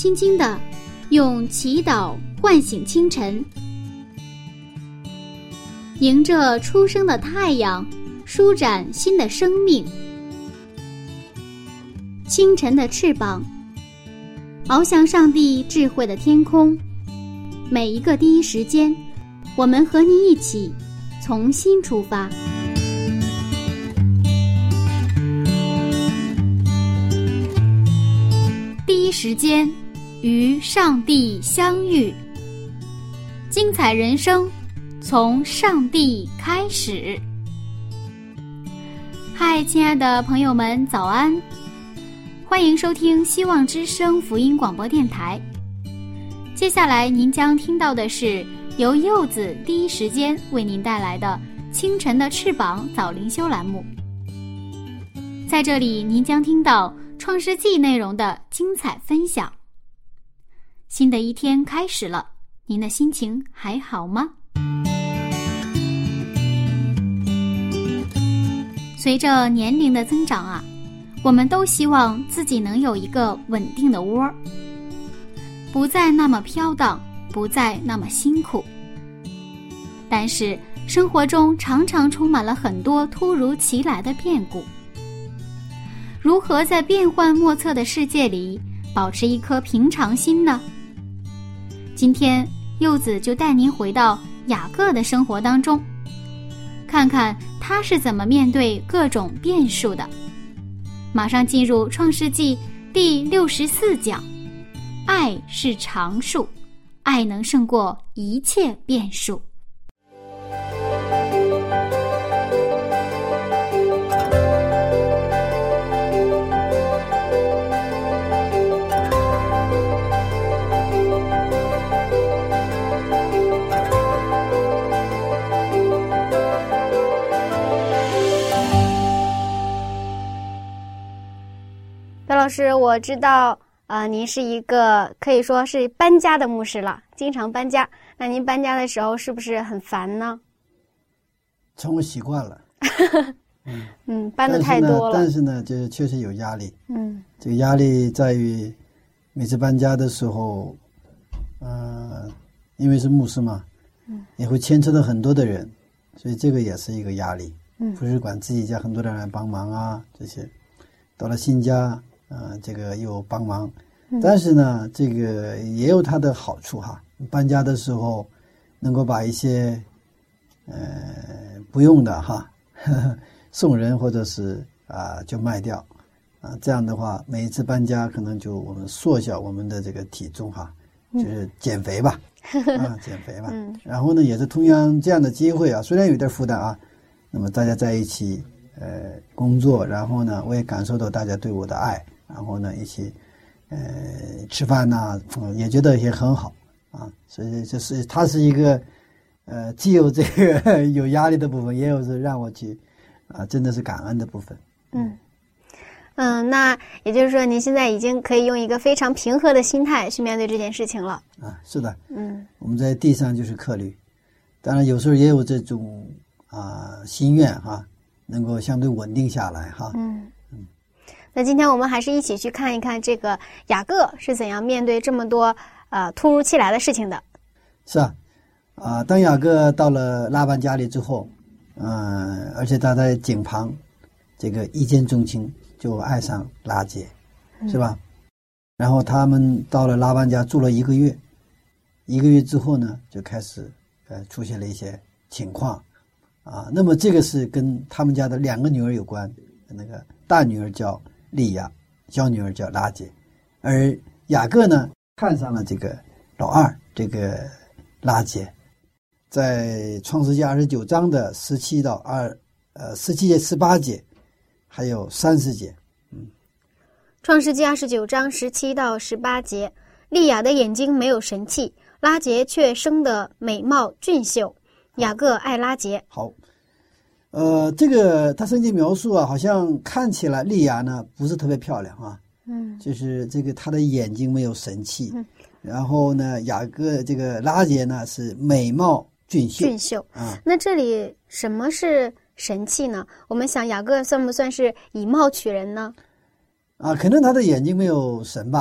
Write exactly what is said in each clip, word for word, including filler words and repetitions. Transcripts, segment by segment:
轻轻地用祈祷唤醒清晨，迎着初升的太阳，舒展新的生命。清晨的翅膀翱翔上帝智慧的天空，每一个第一时间，我们和你一起从新出发。第一时间与上帝相遇，精彩人生从上帝开始。嗨，亲爱的朋友们，早安！欢迎收听希望之声福音广播电台。接下来您将听到的是由柚子第一时间为您带来的清晨的翅膀早灵修栏目。在这里您将听到创世纪内容的精彩分享。新的一天开始了，您的心情还好吗？随着年龄的增长啊，我们都希望自己能有一个稳定的窝，不再那么飘荡，不再那么辛苦。但是生活中常常充满了很多突如其来的变故，如何在变幻莫测的世界里保持一颗平常心呢？今天柚子就带您回到雅各的生活当中，看看他是怎么面对各种变数的。马上进入创世纪第六十四讲，爱是常数，爱能胜过一切变数。 白老师，我知道呃，您是一个可以说是搬家的牧师了，经常搬家。那您搬家的时候是不是很烦呢？ 从我习惯了。 嗯, 嗯搬的太多了。 但是呢，就是确实有压力。 嗯， 这个压力在于每次搬家的时候，呃，因为是牧师嘛，嗯，也会牵扯到很多的人，所以这个也是一个压力。嗯，图书馆自己家很多人来帮忙啊，这些到了新家。呃，这个又帮忙，但是呢，这个也有它的好处哈。搬家的时候，能够把一些呃不用的哈呵呵送人，或者是啊、呃、就卖掉啊。这样的话，每一次搬家可能就我们缩小我们的这个体重哈，就是减肥吧，啊减肥吧。嗯。然后呢，也是同样这样的机会啊，虽然有点负担啊，那么大家在一起呃工作，然后呢，我也感受到大家对我的爱。然后呢，一起，呃，吃饭呐、啊，也觉得也很好啊。所以这是它是一个，呃，既有这个有压力的部分，也有是让我去，啊，真的是感恩的部分。 嗯，嗯，那也就是说，您现在已经可以用一个非常平和的心态去面对这件事情了。 啊，是的。 嗯， 我们在地上就是客旅，当然有时候也有这种啊心愿哈，能够相对稳定下来哈。 嗯。那今天我们还是一起去看一看这个雅各是怎样面对这么多呃突如其来的事情的。 是啊，啊、呃，当雅各到了拉班家里之后，嗯、呃，而且他在井旁，这个一见钟情，就爱上拉结，是吧？嗯、然后他们到了拉班家住了一个月，一个月之后呢，就开始呃出现了一些情况，啊，那么这个是跟他们家的两个女儿有关，那个大女儿叫利亚，小女儿叫拉结，而雅各呢看上了这个老二，这个拉结。在创世纪二十九章的十七到二呃十七节、十八节，还有三十节。嗯， 创世纪二十九章十七到十八节，利亚的眼睛没有神气，拉结却生得美貌俊秀。雅各爱拉结。 好。呃，这个他圣经描述啊，好像看起来利亚呢不是特别漂亮啊，嗯，就是这个他的眼睛没有神气，嗯，然后呢，雅各这个拉结呢是美貌俊秀， 俊秀啊。那这里什么是神气呢？我们想雅各算不算是以貌取人呢？ 啊，可能他的眼睛没有神吧，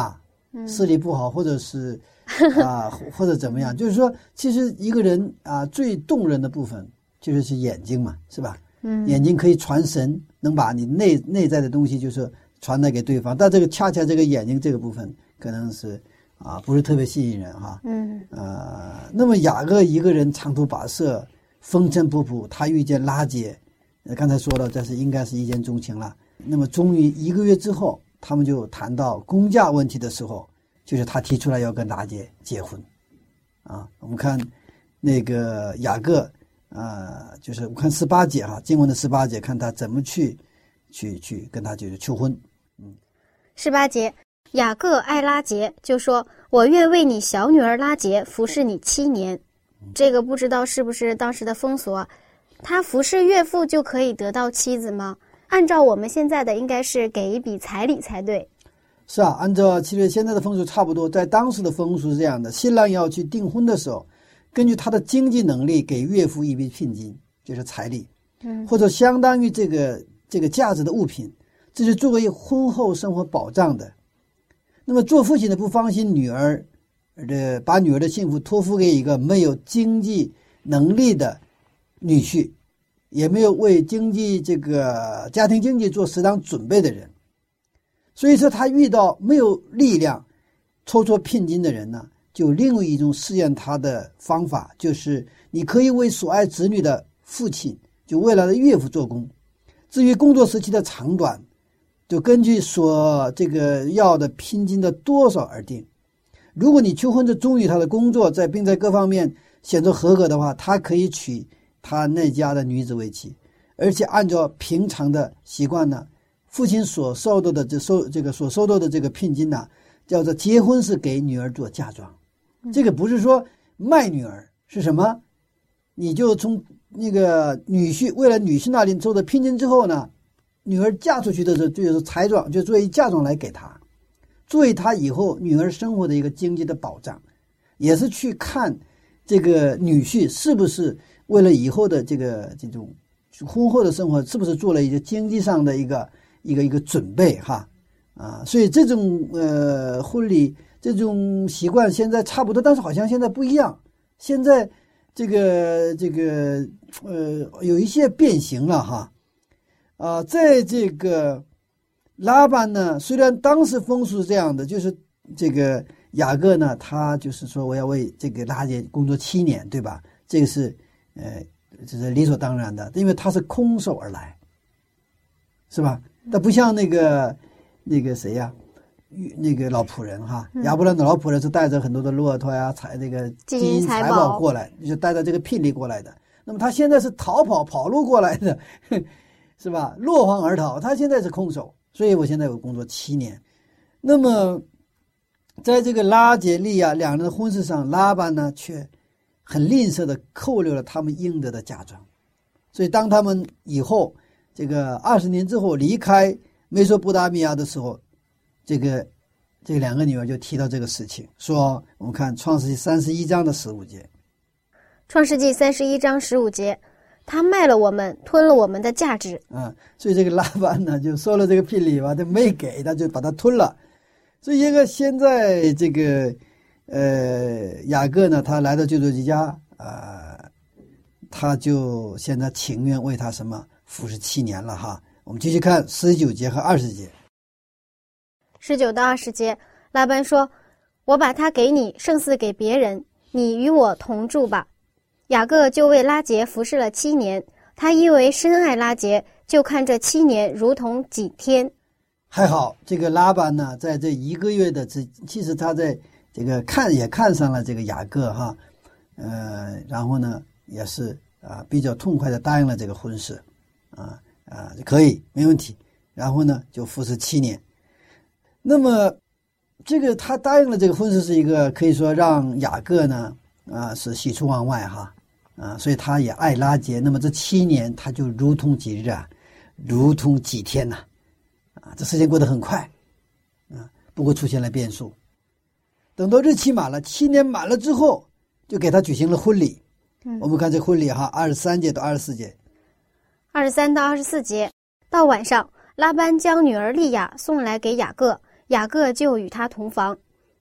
视力不好，或者是啊，或者怎么样，就是说，其实一个人啊，最动人的部分就是是眼睛嘛，是吧？嗯，眼睛可以传神，能把你内内在的东西就是传达给对方。但这个恰恰这个眼睛这个部分，可能是啊，不是特别吸引人哈。嗯，呃，那么雅各一个人长途跋涉，风尘仆仆，他遇见拉结，刚才说了，这是应该是一见钟情了。那么终于一个月之后，他们就谈到工价问题的时候，就是他提出来要跟拉结结婚，啊，我们看那个雅各，啊、呃，就是我看十八节哈，经文的十八节，看他怎么去去去跟他就是求婚，嗯， 十八节，雅各爱拉结，就说：“我愿为你小女儿拉结服侍你七年。”这个不知道是不是当时的风俗啊？他服侍岳父就可以得到妻子吗？按照我们现在的，应该是给一笔彩礼才对。 是啊，按照其实现在的风俗差不多，在当时的风俗是这样的：新郎要去订婚的时候，根据他的经济能力给岳父一笔聘金，就是彩礼，嗯，或者相当于这个这个价值的物品，这是作为婚后生活保障的。那么做父亲的不放心女儿的，把女儿的幸福托付给一个没有经济能力的女婿，也没有为经济这个家庭经济做适当准备的人。所以说他遇到没有力量筹措聘金的人呢，就另外一种试验他的方法，就是你可以为所爱子女的父亲，就未来的岳父做工，至于工作时期的长短，就根据所这个要的聘金的多少而定。如果你求婚者忠于他的工作，在并在各方面显出合格的话，他可以娶他那家的女子为妻，而且按照平常的习惯呢，父亲所收到的这收这个所收到的这个聘金呢，叫做结婚是给女儿做嫁妆。这个不是说卖女儿，是什么？你就从那个女婿为了女婿那里收的聘金之后呢，女儿嫁出去的时候就是彩妆，就作为嫁妆来给他，作为他以后女儿生活的一个经济的保障，也是去看这个女婿是不是为了以后的这个这种婚后的生活，是不是做了一个经济上的一个一个一个准备哈啊，所以这种呃婚礼这种习惯现在差不多，但是好像现在不一样，现在这个这个呃有一些变形了哈啊，在这个拉班呢，虽然当时风俗是这样的，就是这个雅各呢，他就是说我要为这个拉结工作七年，对吧？这个是呃这是理所当然的，因为他是空手而来，是吧？他不像那个那个谁呀、啊，那个老仆人哈，亚伯兰的老仆人是带着很多的骆驼呀、财这个金银财宝过来，就带着这个聘礼过来的。那么他现在是逃跑跑路过来的，是吧？落荒而逃，他现在是空手，所以我现在有工作七年。那么在这个拉结利亚两人的婚事上，拉班呢却很吝啬的扣留了他们应得的嫁妆，所以当他们以后这个二十年之后离开美索不达米亚的时候，这个这两个女儿就提到这个事情，说我们看创世纪三十一章的十五节。 创世纪三十一章十五节，他卖了我们，吞了我们的价值。 啊，所以这个拉班呢就收了这个聘礼吧，他没给，他就把它吞了。所以这个现在这个呃雅各呢，他来到旧约之家啊、呃，他就现在情愿为他什么服侍七年了哈。我们继续看十九节和二十节。 十九到二十节，拉班说：“我把他给你，胜似给别人，你与我同住吧。”雅各就为拉结服侍了七年，他因为深爱拉结，就看这七年如同几天。 还好，这个拉班呢，在这一个月的之，其实他在这个看也看上了这个雅各哈，呃，然后呢，也是啊比较痛快的答应了这个婚事，啊啊可以没问题，然后呢就服侍七年。那么这个他答应了这个婚事，是一个可以说让雅各呢啊是喜出望外哈啊，所以他也爱拉结。那么这七年他就如同几日啊，如同几天呐。啊，这时间过得很快，啊，不过出现了变数。等到日期满了，七年满了之后，就给他举行了婚礼。嗯、我们看这婚礼哈，二十三节到二十四节。 二十三到二十四节，到晚上，拉班将女儿利亚送来给雅各，雅各就与他同房。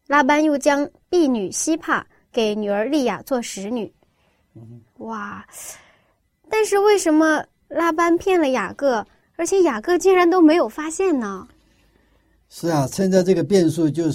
拉班又将婢女西帕给女儿利亚做使女。 嗯、 哇！但是为什么拉班骗了雅各，而且雅各竟然都没有发现呢？ 是啊，现在这个变数就是，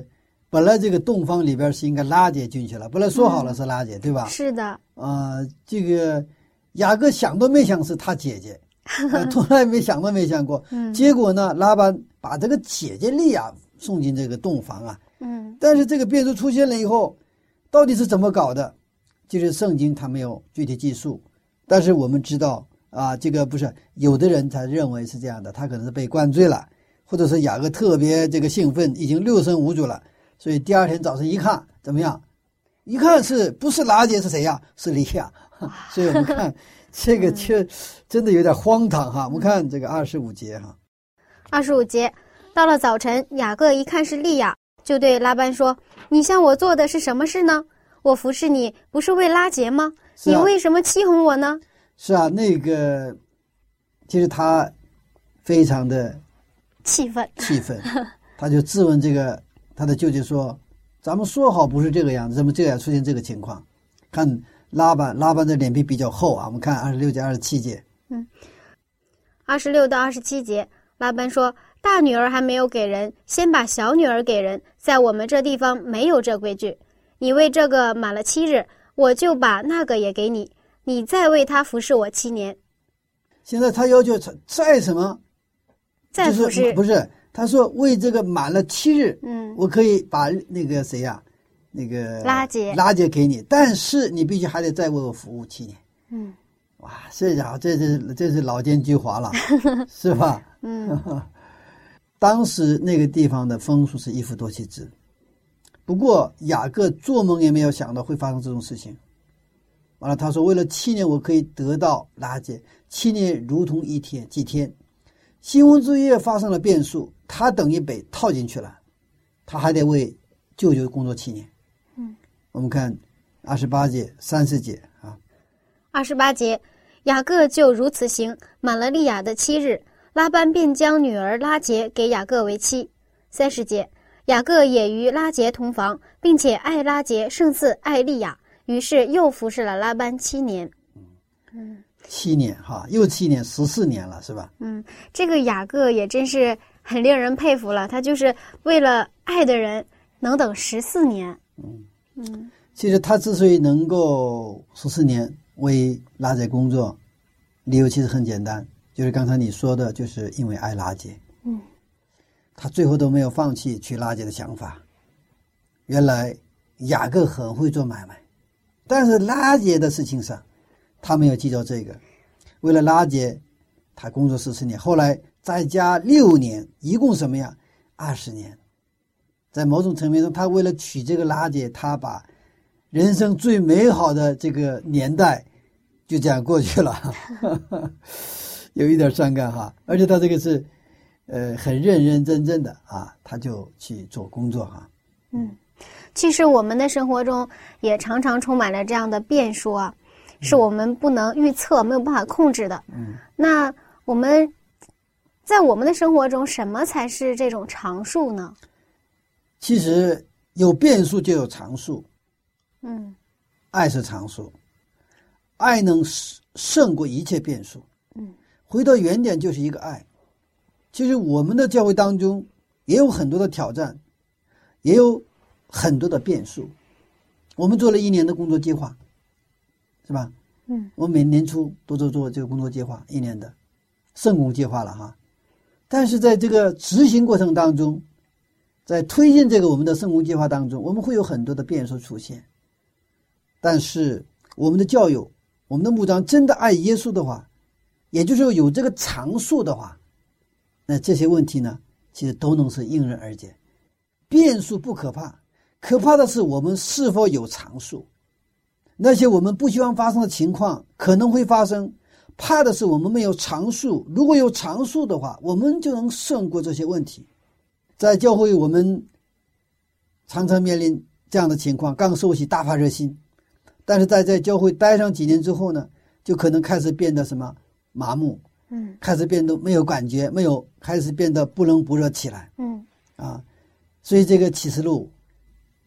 本来这个洞房里边是应该拉结进去了，本来说好了是拉结，嗯、对吧？ 是的。 啊、呃，这个雅各想都没想是他姐姐，呃、从来没想都没想过。 嗯。 结果呢，拉班把这个姐姐利亚送进这个洞房啊。 嗯。 但是这个变数出现了以后，到底是怎么搞的？就是圣经它没有具体记述，但是我们知道啊，这个不是有的人才认为是这样的，他可能是被灌醉了，或者是雅各特别这个兴奋，已经六神无主了，所以第二天早晨一看怎么样？一看是不是拉结是谁呀？是利亚。所以我们看这个却真的有点荒唐哈。我们看这个二十五节哈。 二十五节，到了早晨，雅各一看是利亚，就对拉班说：“你向我做的是什么事呢？我服侍你不是为拉结吗？ 是啊、 你为什么欺哄我呢？” 是啊，那个其实他非常的气愤， 气愤，他就质问这个他的舅舅说：“咱们说好不是这个样子，怎么这样出现这个情况？”看拉班，拉班的脸皮比较厚啊。我们看二十六节、二十七节。 嗯，二十六到二十七节，拉班说：“大女儿还没有给人，先把小女儿给人，在我们这地方没有这规矩。你为这个满了七日，我就把那个也给你，你再为他服侍我七年。” 现在他要求再什么？ 再服侍、 就是、不是？他说为这个满了七日， 嗯， 我可以把那个谁呀、啊，那个拉结拉结给你，但是你必须还得再为我服务七年。 嗯， 哇，这家伙这是这是老奸巨猾了，是吧？ 嗯， 当时那个地方的风俗是一夫多妻制。不过雅各做梦也没有想到会发生这种事情。完了，他说为了七年我可以得到拉结，七年如同一天几天。新婚之夜发生了变数，他等于被套进去了，他还得为舅舅工作七年。 嗯， 我们看二十八节、三十节啊。 二十八节，雅各就如此行，满了利亚的七日，拉班便将女儿拉结给雅各为妻。三十节，雅各也与拉结同房，并且爱拉结胜似爱利亚，于是又服侍了拉班七年。嗯， 七年哈，又七年，十四年了，是吧？ 嗯，这个雅各也真是很令人佩服了，他就是为了爱的人能等十四年。 嗯嗯， 其实他之所以能够十四年为拉结工作，理由其实很简单，就是刚才你说的，就是因为爱拉结。 嗯， 他最后都没有放弃娶拉结的想法。原来雅各很会做买卖，但是拉结的事情上他没有记着这个。为了拉结他工作十四年，后来再加六年，一共什么样？二十年。在某种层面上，他为了娶这个拉结，他把人生最美好的这个年代就这样过去了。有一点伤感哈。而且他这个是呃很认认真真的啊，他就去做工作哈。 嗯，其实我们的生活中也常常充满了这样的变数啊，是我们不能预测、没有办法控制的。 嗯， 那我们在我们的生活中，什么才是这种常数呢？ 其实有变数就有常数。 嗯， 爱是常数，爱能胜过一切变数。 嗯， 回到原点就是一个爱。其实我们的教会当中也有很多的挑战，也有很多的变数。我们做了一年的工作计划，是吧？ 嗯， 我每年初都做做这个工作计划，一年的圣工计划了哈。但是在这个执行过程当中，在推进这个我们的圣工计划当中，我们会有很多的变数出现。但是我们的教友，我们的牧长真的爱耶稣的话，也就是说有这个常数的话，那这些问题呢，其实都能是迎刃而解。变数不可怕，可怕的是我们是否有常数。那些我们不希望发生的情况可能会发生，怕的是我们没有常数。如果有常数的话，我们就能胜过这些问题。在教会我们常常面临这样的情况，刚受洗大发热心，但是在在教会待上几年之后呢，就可能开始变得什么麻木， 嗯， 开始变得没有感觉，没有开始变得不冷不热起来， 嗯， 啊，所以这个启示录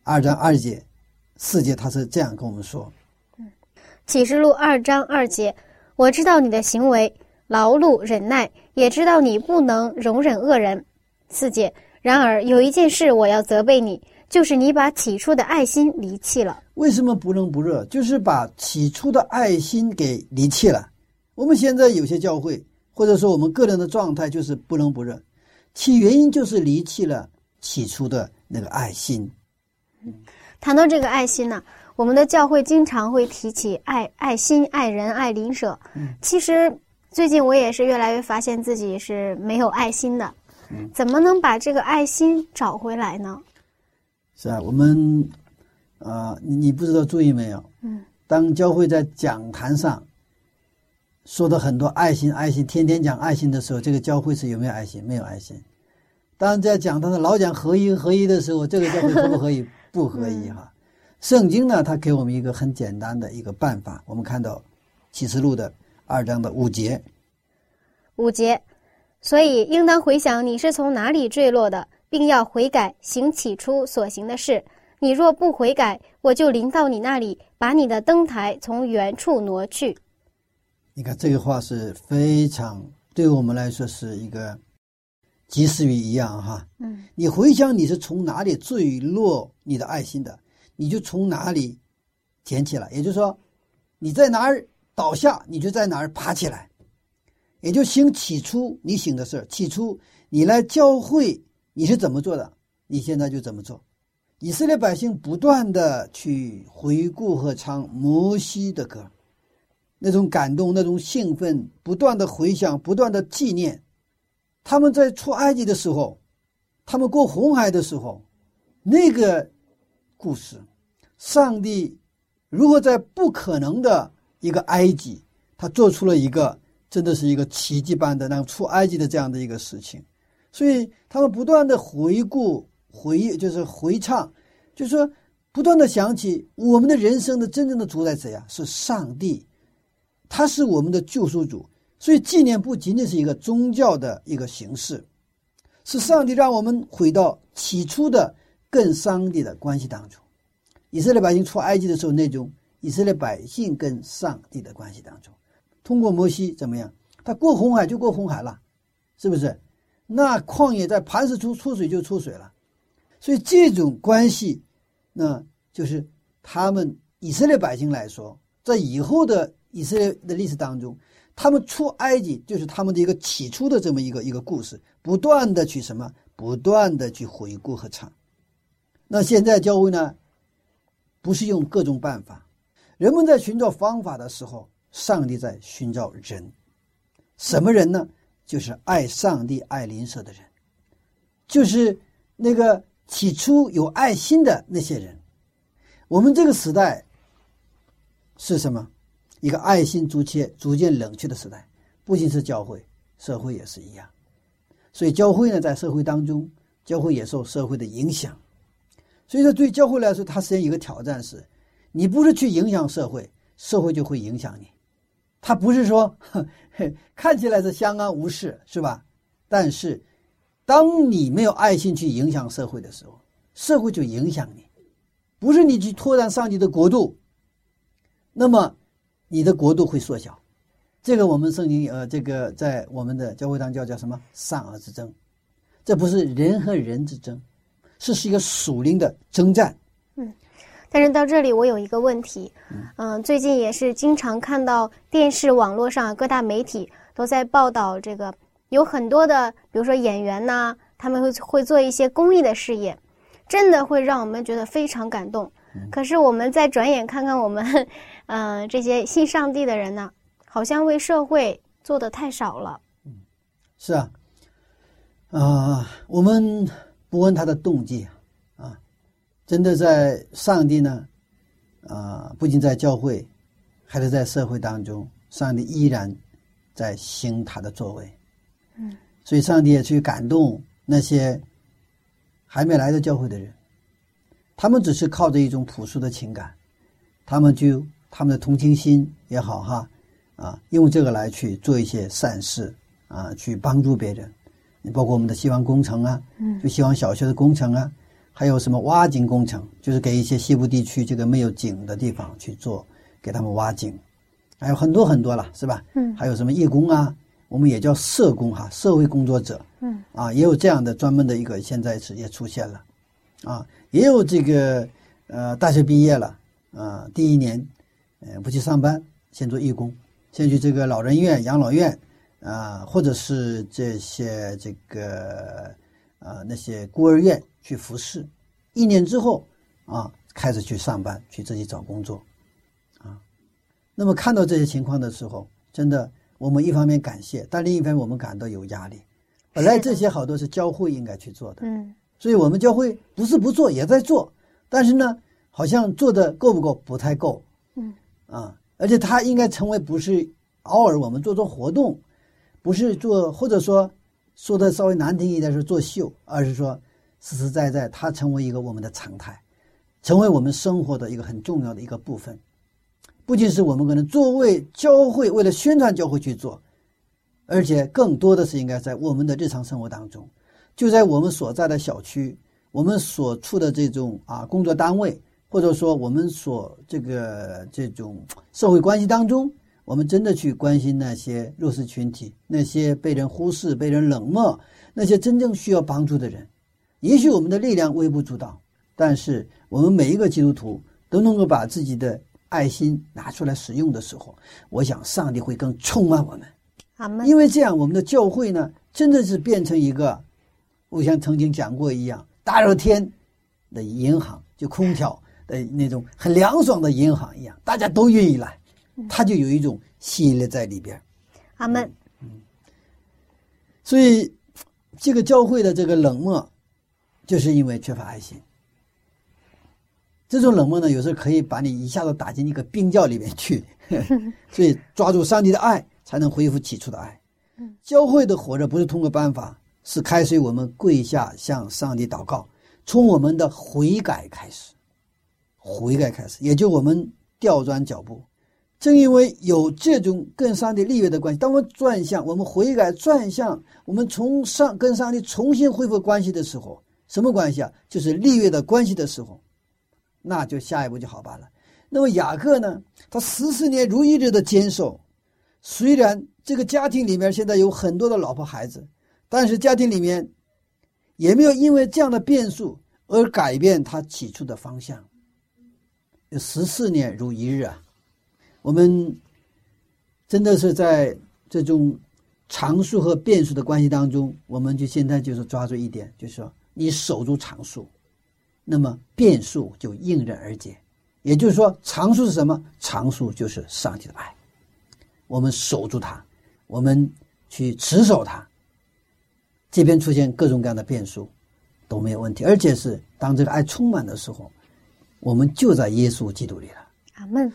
二章二节、四节，他是这样跟我们说。 启示录二章二节，我知道你的行为，劳碌忍耐，也知道你不能容忍恶人。四节，然而有一件事我要责备你，就是你把起初的爱心离弃了。 为什么不冷不热？就是把起初的爱心给离弃了。我们现在有些教会，或者说我们个人的状态就是不冷不热，其原因就是离弃了起初的那个爱心。 谈到这个爱心呢，我们的教会经常会提起爱爱心、爱人、爱邻舍。嗯、其实最近我也是越来越发现自己是没有爱心的。嗯、怎么能把这个爱心找回来呢？ 是啊，我们啊、呃，你不知道注意没有？嗯，当教会在讲坛上说的很多爱心、爱心，天天讲爱心的时候，这个教会是有没有爱心？没有爱心。当在讲坛上老讲合一、合一的时候，这个教会合不合一？不合一哈。圣经呢，它给我们一个很简单的一个办法。我们看到启示录的二章的五节， 五节，所以应当回想你是从哪里坠落的，并要悔改，行起初所行的事。你若不悔改，我就临到你那里，把你的灯台从原处挪去。 你看这个话是非常对我们来说是一个及时雨一样哈。嗯，你回想你是从哪里坠落你的爱心的，你就从哪里捡起来。也就是说，你在哪儿倒下，你就在哪儿爬起来。也就行起初你行的事，起初你来教会你是怎么做的，你现在就怎么做。以色列百姓不断的去回顾和唱摩西的歌，那种感动，那种兴奋，不断的回想，不断的纪念。他们在出埃及的时候，他们过红海的时候，那个故事，上帝如何在不可能的一个埃及，他做出了一个真的是一个奇迹般的那出埃及的这样的一个事情。所以他们不断的回顾回忆，就是回唱，就是说不断的想起我们的人生的真正的主宰者呀，是上帝，他是我们的救赎主。所以纪念不仅仅是一个宗教的一个形式，是上帝让我们回到起初的跟上帝的关系当中。以色列百姓出埃及的时候，那种以色列百姓跟上帝的关系当中，通过摩西怎么样，他过红海就过红海了，是不是？那旷野在磐石出出水就出水了。所以这种关系，那就是他们以色列百姓来说，在以后的以色列的历史当中，他们出埃及就是他们的一个起初的这么一个一个故事，不断的去什么，不断的去回顾和唱。那现在教会呢，不是用各种办法，人们在寻找方法的时候，上帝在寻找人。什么人呢？就是爱上帝爱邻舍的人，就是那个起初有爱心的那些人。我们这个时代是什么？一个爱心逐渐逐渐冷却的时代，不仅是教会，社会也是一样。所以教会呢，在社会当中，教会也受社会的影响。所以说对教会来说，它实际上一个挑战是，你不是去影响社会，社会就会影响你。它不是说呵呵看起来是相安无事，是吧？但是当你没有爱心去影响社会的时候，社会就影响你。不是你去拓展上帝的国度，那么你的国度会缩小。这个我们圣经呃，这个在我们的教会当叫叫什么？善恶之争。这不是人和人之争，是是一个属灵的征战。 嗯，但是到这里我有一个问题，嗯、呃，最近也是经常看到电视、网络上各大媒体都在报道这个，有很多的，比如说演员呐、啊，他们会会做一些公益的事业，真的会让我们觉得非常感动。嗯、可是我们再转眼看看我们，呃，这些信上帝的人呢，好像为社会做得太少了。 嗯，是啊，啊、呃，我们不问他的动机啊，真的在上帝呢，啊、呃，不仅在教会，还是在社会当中，上帝依然在行他的作为。嗯，所以上帝也去感动那些还没来到教会的人，他们只是靠着一种朴素的情感，他们就他们的同情心也好哈，啊，用这个来去做一些善事啊，去帮助别人。包括我们的希望工程啊，嗯，就希望小学的工程啊， 还有什么挖井工程，就是给一些西部地区这个没有井的地方去做，给他们挖井，还有很多很多了，是吧？ 嗯， 还有什么义工啊，我们也叫社工哈，社会工作者， 嗯，啊， 也有这样的专门的一个，现在是也出现了，啊，也有这个呃大学毕业了，啊，第一年，呃不去上班，先做义工，先去这个老人院、养老院，啊，或者是这些这个啊那些孤儿院去服侍，一年之后啊开始去上班，去自己找工作，啊，那么看到这些情况的时候，真的我们一方面感谢，但另一方面我们感到有压力。本来这些好多是教会应该去做的， 嗯， 所以我们教会不是不做，也在做，但是呢，好像做的够不够？不太够， 嗯， 啊，而且它应该成为不是偶尔我们做做活动，不是做，或者说说的稍微难听一点是做秀，而是说实实在在它成为一个我们的常态，成为我们生活的一个很重要的一个部分。不仅是我们可能作为教会为了宣传教会去做，而且更多的是应该在我们的日常生活当中，就在我们所在的小区，我们所处的这种啊工作单位，或者说我们所这个这种社会关系当中，我们真的去关心那些弱势群体，那些被人忽视、被人冷漠，那些真正需要帮助的人。也许我们的力量微不足道，但是我们每一个基督徒都能够把自己的爱心拿出来使用的时候，我想上帝会更充满我们。 阿们。 因为这样我们的教会呢，真的是变成一个我像曾经讲过一样大热天的银行，就空调的那种很凉爽的银行一样，大家都愿意来，它就有一种吸引力在里边。 阿们。 嗯，所以这个教会的这个冷漠就是因为缺乏爱心。这种冷漠呢，有时候可以把你一下子打进一个冰窖里面去，所以抓住上帝的爱，才能恢复起初的爱。教会的活着不是通过办法，是开始我们跪下向上帝祷告，从我们的悔改开始，悔改开始，也就我们调转脚步。正因为有这种跟上帝立约的关系，当我们转向，我们悔改转向，我们从上跟上帝重新恢复关系的时候，什么关系啊？就是立约的关系的时候，那就下一步就好办了。那么雅各呢，他十四年如一日的坚守，虽然这个家庭里面现在有很多的老婆孩子，但是家庭里面也没有因为这样的变数而改变他起初的方向。有十四年如一日啊，我们真的是在这种常数和变数的关系当中，我们就现在就是抓住一点，就是说你守住常数，那么变数就迎刃而解。也就是说，常数是什么？常数就是上帝的爱，我们守住它，我们去持守它，这边出现各种各样的变数都没有问题。而且是当这个爱充满的时候，我们就在耶稣基督里了。 阿们。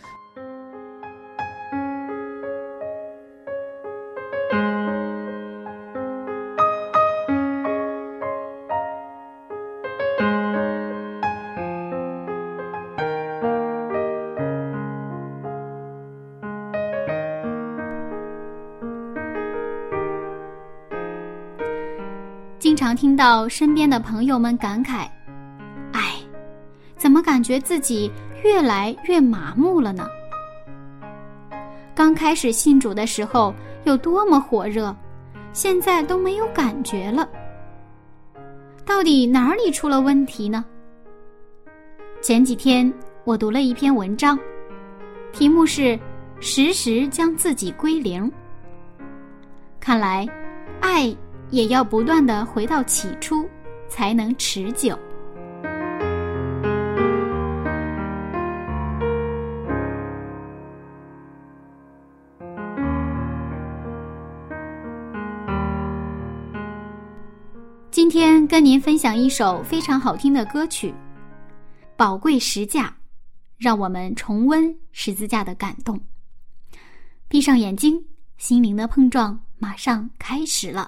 经常听到身边的朋友们感慨，哎，怎么感觉自己越来越麻木了呢？刚开始信主的时候有多么火热，现在都没有感觉了。到底哪里出了问题呢？前几天我读了一篇文章，题目是时时将自己归零。看来爱也要不断地回到起初，才能持久。今天跟您分享一首非常好听的歌曲《宝贵十架》，让我们重温十字架的感动。闭上眼睛，心灵的碰撞马上开始了。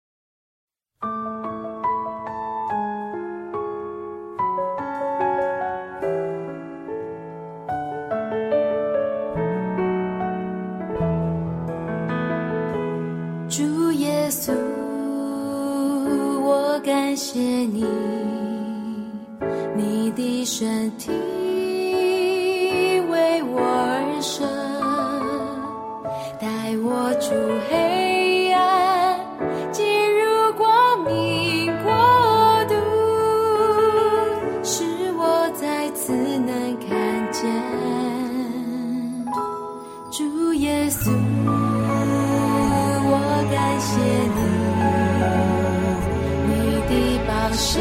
主耶稣，我感谢你你的身体为我而生，带我出黑暗，进入光明国度，使我再次能看见主耶稣。我感谢你，你的宝血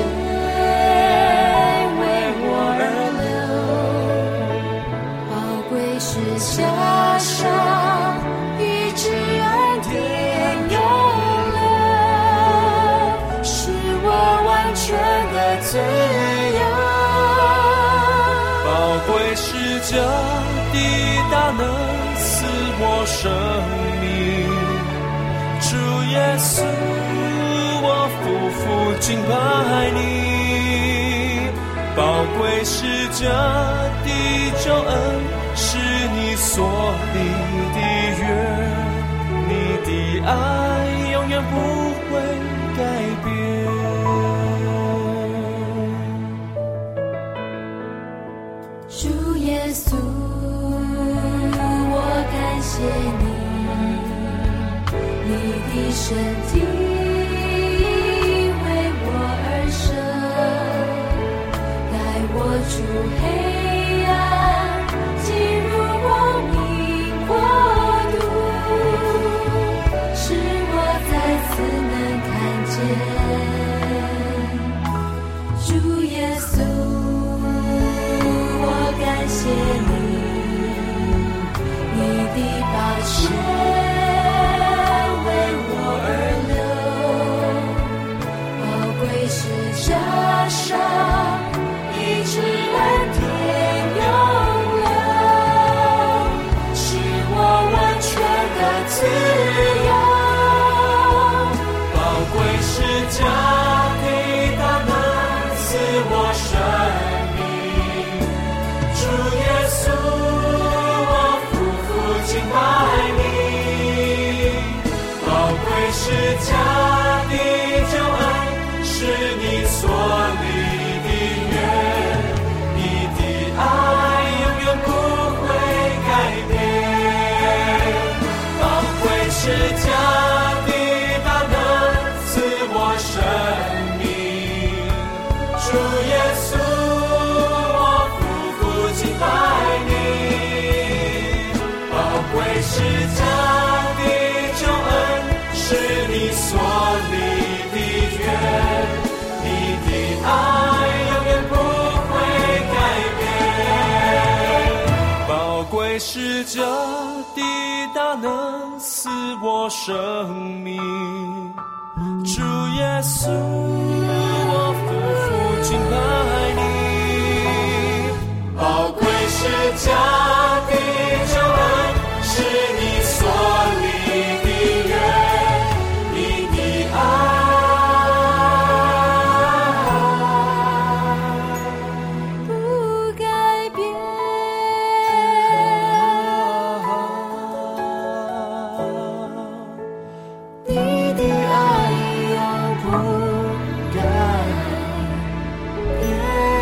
加上医治恩典永留，使我完全的自由。 宝贵是这的大能赐我生命，主耶稣，我夫妇敬拜你。宝贵是这的救恩，是你所立的约，你的爱永远不会改变。 主耶稣，我感谢你，你的身体为我而生，带我出黑暗，进入光明国度，使我再次能看见主耶稣。我感谢你，你的宝血为我而流，宝贵是加上医治恩典永留，使我完全的自由。 宝贵是加的大能赐我生命，主耶稣，我夫妇敬拜你。宝贵是加的救恩，是你所立的约，你的爱永远不会改变。宝贵是加的大能赐我生命，主耶稣，我夫妇敬拜你。宝贵是加的救恩，是你所立的约，你的爱永远不会改变。宝贵是这的大能赐我生命，主耶稣，我夫妇敬拜你。宝贵是加的救恩，是你所立的约，你的爱不改变。你的爱永不改变。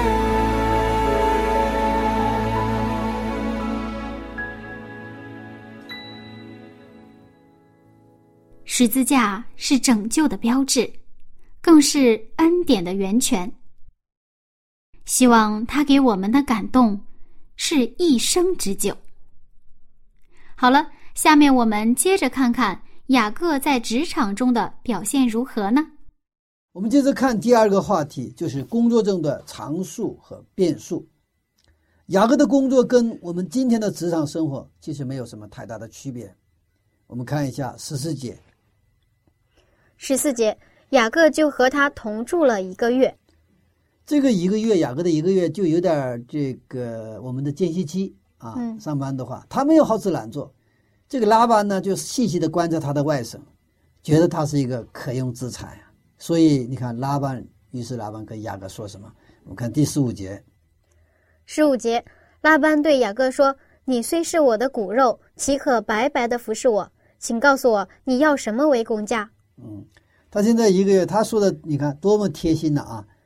十字架是拯救的标志，更是恩典的源泉。希望他给我们的感动是一生之久。好了，下面我们接着看看雅各在职场中的表现如何呢？ 我们接着看第二个话题，就是工作中的常数和变数。雅各的工作跟我们今天的职场生活其实没有什么太大的区别。我们看一下十四节。 十四节，雅各就和他同住了一个月。 这个一个月，雅各的一个月就有点这个我们的间隙期啊、嗯，上班的话，他没有好吃懒做。这个拉班呢，就细细的观察他的外甥，觉得他是一个可用之才啊。所以你看拉班，于是拉班跟雅各说什么？我们看第十五节。 十五节，拉班对雅各说：“你虽是我的骨肉，岂可白白的服侍我？请告诉我，你要什么为工价？” 嗯，他现在一个月，他说的你看多么贴心的啊！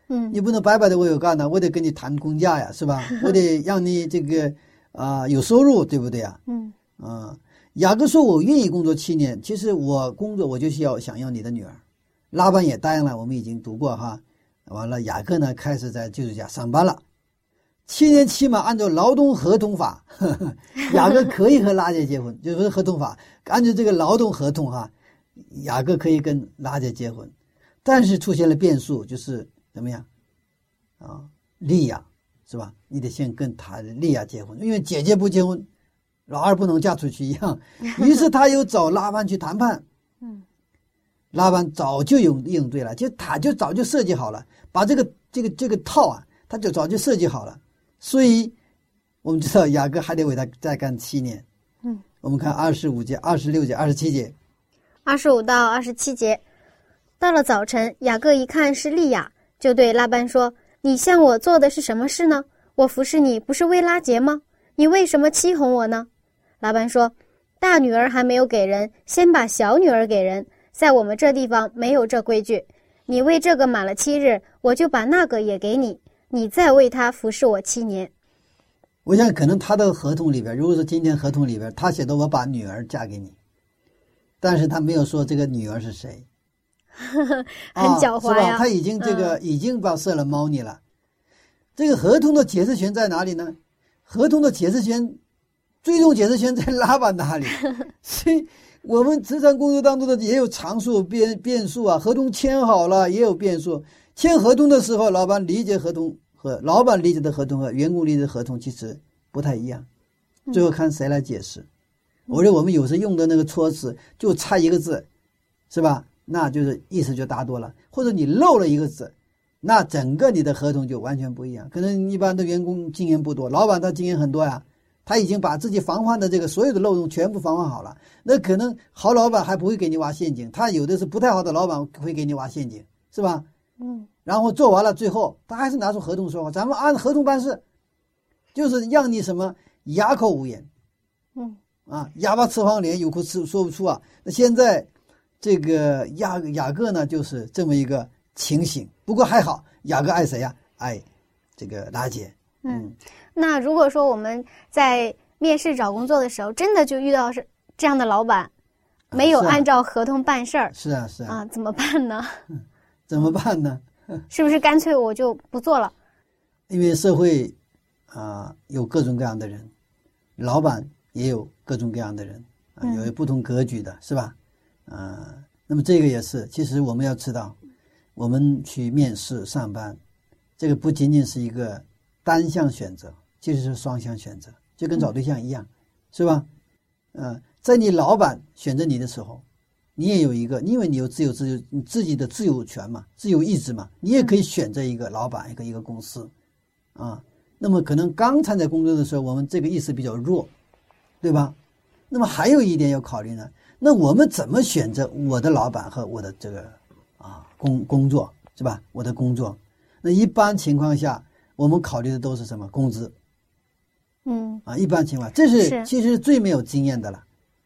嗯， 你不能白白的为我干呢，我得跟你谈工价呀，是吧？我得让你这个啊、呃、有收入，对不对呀？ 嗯啊、雅各说我愿意工作七年，其实我工作我就是要想要你的女儿。拉班也答应了，我们已经读过哈。完了，雅各呢开始在舅舅家上班了。七年期嘛，按照劳动合同法，呵呵雅各可以和拉结结婚，就是合同法，按照这个劳动合同哈，雅各可以跟拉结结婚，但是出现了变数，就是怎么样啊？利亚是吧？你得先跟他利亚结婚，因为姐姐不结婚，老二不能嫁出去一样。于是他又找拉班去谈判， 嗯， 拉班早就有应对了，就他就早就设计好了，把这个这个这个套啊，他就早就设计好了。所以我们知道雅各还得为他再干七年。 嗯， 我们看二十五节、二十六节、二十七节。 二十五到二十七节，到了早晨，雅各一看是利亚，就对拉班说：“你向我做的是什么事呢？我服侍你不是为拉结吗？你为什么欺哄我呢？”拉班说：“大女儿还没有给人，先把小女儿给人，在我们这地方没有这规矩。你为这个满了七日，我就把那个也给你。你再为他服侍我七年。” 我想可能他的合同里边，如果说今天合同里边他写的我把女儿嫁给你，但是他没有说这个女儿是谁。 很狡猾呀、 啊、是吧？他已经这个、嗯、已经把设了猫腻了。这个合同的解释权在哪里呢？合同的解释权，最终解释权在拉班那里。所以我们职场工作当中的也有常数变变数啊，合同签好了也有变数。签合同的时候，老板理解合同和老板理解的合同和员工理解的合同其实不太一样，最后看谁来解释。嗯、我觉得我们有时用的那个措辞就差一个字，是吧？那就是意思就大多了。或者你漏了一个字，那整个你的合同就完全不一样。可能一般的员工经验不多，老板他经验很多呀，他已经把自己防范的这个所有的漏洞全部防范好了。那可能好老板还不会给你挖陷阱，他有的是不太好的老板会给你挖陷阱，是吧？ 嗯， 然后做完了，最后他还是拿出合同说话，咱们按合同办事，就是让你什么哑口无言， 嗯啊，哑巴吃黄连，有苦吃说不出啊。那现在这个雅雅各呢，就是这么一个情形。不过还好，雅各爱谁呀、啊？爱这个拉结。 嗯，嗯那如果说我们在面试找工作的时候，真的就遇到是这样的老板，没有按照合同办事儿， 是啊是啊， 啊，怎么办呢？ 嗯怎么办呢？ 是不是干脆我就不做了？ 因为社会啊、呃、有各种各样的人，老板也有各种各样的人啊、呃，有不同格局的，是吧？啊、呃，那么这个也是，其实我们要知道，我们去面试上班，这个不仅仅是一个单向选择，其实是双向选择，就跟找对象一样，嗯、是吧？呃，在你老板选择你的时候。你也有一个，因为你有自由自由你自己的自由权嘛，自由意志嘛，你也可以选择一个老板，一个一个公司，啊，那么可能刚参加工作的时候，我们这个意识比较弱，对吧？那么还有一点要考虑呢，那我们怎么选择我的老板和我的这个啊工工作是吧？我的工作，那一般情况下，我们考虑的都是什么？工资， 嗯， 啊，一般情况，这是其实最没有经验的了。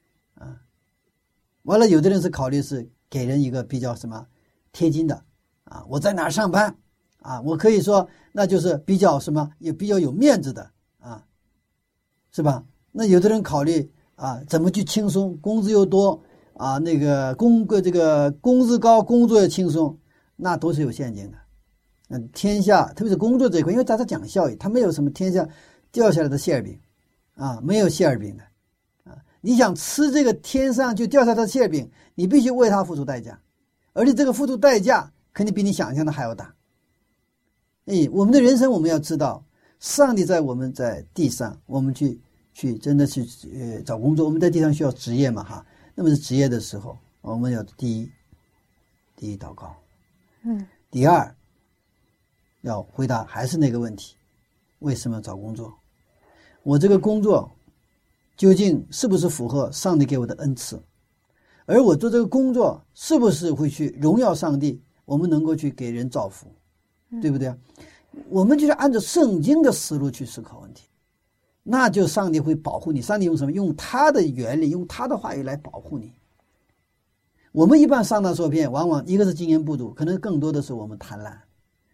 完了，有的人是考虑是给人一个比较什么贴金的啊，我在哪儿上班啊，我可以说那就是比较什么也比较有面子的啊，是吧？那有的人考虑啊，怎么去轻松，工资又多啊，那个工个这个工资高，工作也轻松，那都是有陷阱的。嗯，天下特别是工作这一块，因为大家讲效益，它没有什么天下掉下来的馅饼啊，没有馅饼的。你想吃这个天上就掉下来的馅饼，你必须为它付出代价，而且这个付出代价肯定比你想象的还要大。哎，我们的人生我们要知道，上帝在我们在地上，我们去去真的去呃找工作，我们在地上需要职业嘛哈。那么是职业的时候，我们要第一第一祷告， 嗯， 第二要回答还是那个问题，为什么找工作？我这个工作究竟是不是符合上帝给我的恩赐？而我做这个工作是不是会去荣耀上帝？我们能够去给人造福，对不对啊？我们就是按照圣经的思路去思考问题，那就上帝会保护你。上帝用什么？用他的原理，用他的话语来保护你。我们一般上当受骗，往往一个是经验不足，可能更多的是我们贪婪。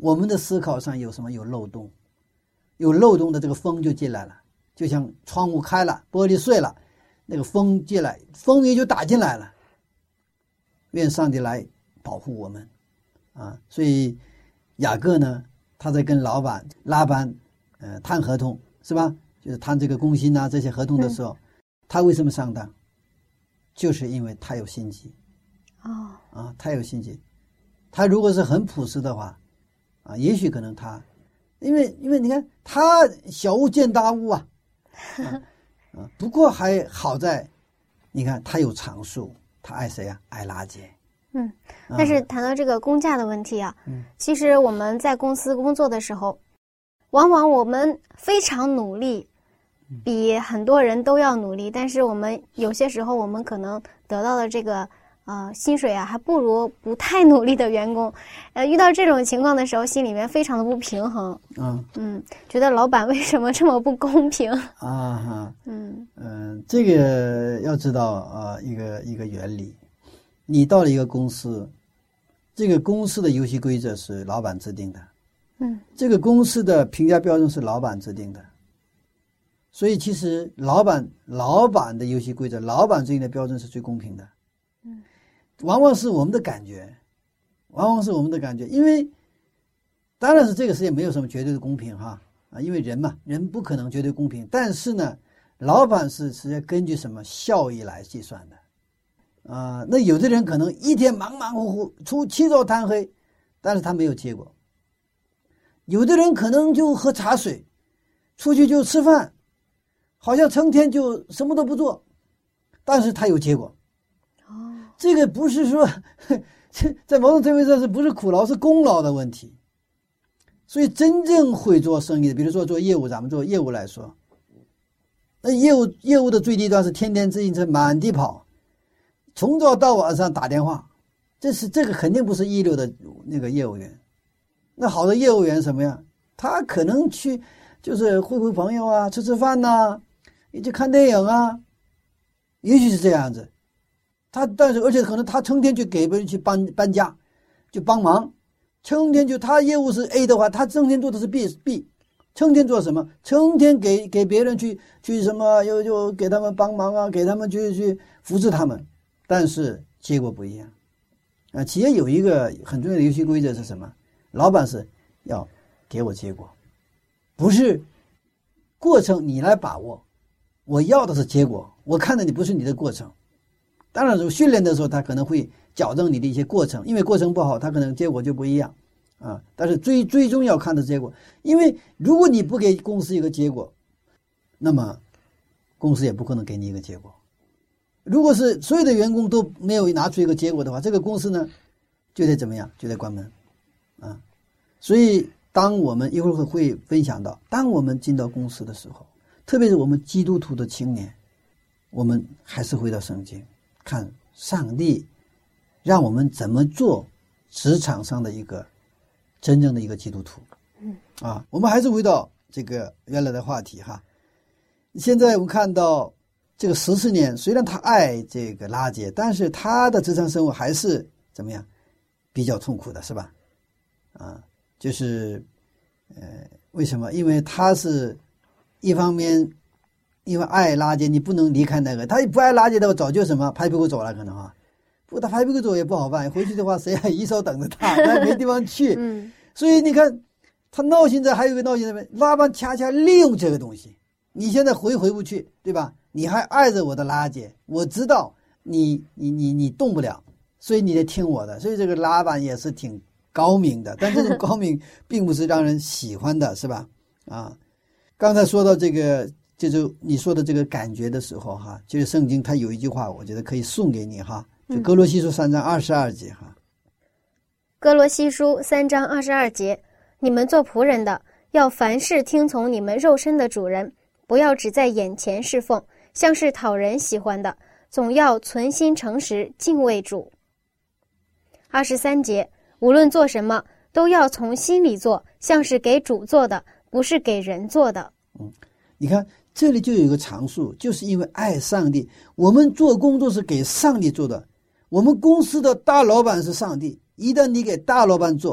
我们的思考上有什么？有漏洞，有漏洞的这个风就进来了，就像窗户开了，玻璃碎了，那个风进来，风也就打进来了。愿上帝来保护我们啊！所以雅各呢，他在跟老板拉班呃谈合同是吧？就是谈这个工薪啊这些合同的时候，嗯、他为什么上当？就是因为他有心机。 哦啊，他有心机。他如果是很朴实的话，啊，也许可能他，因为因为你看他小巫见大巫啊，啊, 啊不过还好在，你看他有长处，他爱谁啊？爱拉结。 嗯，但是谈到这个工价的问题啊， 嗯， 其实我们在公司工作的时候，往往我们非常努力，比很多人都要努力，但是我们有些时候我们可能得到的这个呃薪水啊，还不如不太努力的员工。呃，遇到这种情况的时候，心里面非常的不平衡。 嗯嗯，觉得老板为什么这么不公平？ 啊哈， 嗯嗯、呃，这个要知道啊、呃，一个一个原理。你到了一个公司，这个公司的游戏规则是老板制定的， 嗯， 这个公司的评价标准是老板制定的，所以其实老板老板的游戏规则，老板制定的标准是最公平的， 嗯， 往往是我们的感觉，往往是我们的感觉，因为当然是这个世界没有什么绝对的公平哈啊，因为人嘛，人不可能绝对公平，但是呢，老板是是要根据什么效益来计算的。啊、呃，那有的人可能一天忙忙乎乎，出起早贪黑，但是他没有结果。有的人可能就喝茶水，出去就吃饭，好像成天就什么都不做，但是他有结果。 哦， 这个不是说，在某种程度上是不是苦劳，是功劳的问题。所以真正会做生意的，比如说做业务，咱们做业务来说，那业务业务的最低端是天天自行车满地跑。从早到晚上打电话，这是这个肯定不是一流的那个业务员。那好的业务员什么样？他可能去就是会会朋友啊，吃吃饭呐、啊，也去看电影啊，也许是这样子。他但是而且可能他成天去给别人去搬搬家，就帮忙，成天就他业务是 A 的话，他成天做的是 B B， 成天做什么？成天给给别人去去什么，又又给他们帮忙啊，给他们去去扶持他们。但是结果不一样，啊，企业有一个很重要的游戏规则是什么？老板是要给我结果，不是过程你来把握，我要的是结果，我看的你不是你的过程。当然，训练的时候他可能会矫正你的一些过程，因为过程不好，他可能结果就不一样啊。但是最最终要看的结果，因为如果你不给公司一个结果，那么公司也不可能给你一个结果。如果是所有的员工都没有拿出一个结果的话，这个公司呢就得怎么样？就得关门啊！所以当我们一会儿会分享到，当我们进到公司的时候，特别是我们基督徒的青年，我们还是回到圣经，看上帝让我们怎么做职场上的一个真正的一个基督徒。 嗯啊，我们还是回到这个原来的话题哈。现在我们看到这个十四年，虽然他爱这个拉结，但是他的职场生活还是怎么样，比较痛苦的，是吧？啊，就是呃，为什么？因为他是一方面，因为爱拉结，你不能离开那个。他不爱拉结的话，早就什么拍屁股走了，可能啊。不过他拍屁股走也不好办，回去的话谁还一手等着他，他没地方去。 嗯， 所以你看，他闹心的还有一个闹心的，拉班恰恰利用这个东西。你现在回回不去，对吧？你还爱着我的拉结，我知道你你你你动不了，所以你得听我的。所以这个拉班也是挺高明的，但这种高明并不是让人喜欢的，是吧？啊，刚才说到这个，就是你说的这个感觉的时候哈，就是圣经它有一句话，我觉得可以送给你哈，就哥罗西书三章二十二节哈。 哥罗西书三章二十二节，你们做仆人的，要凡事听从你们肉身的主人，不要只在眼前侍奉，像是讨人喜欢的，总要存心诚实，敬畏主。二十三节，无论做什么，都要从心里做，像是给主做的，不是给人做的。 嗯，你看这里就有一个常数，就是因为爱上帝，我们做工作是给上帝做的。我们公司的大老板是上帝，一旦你给大老板做，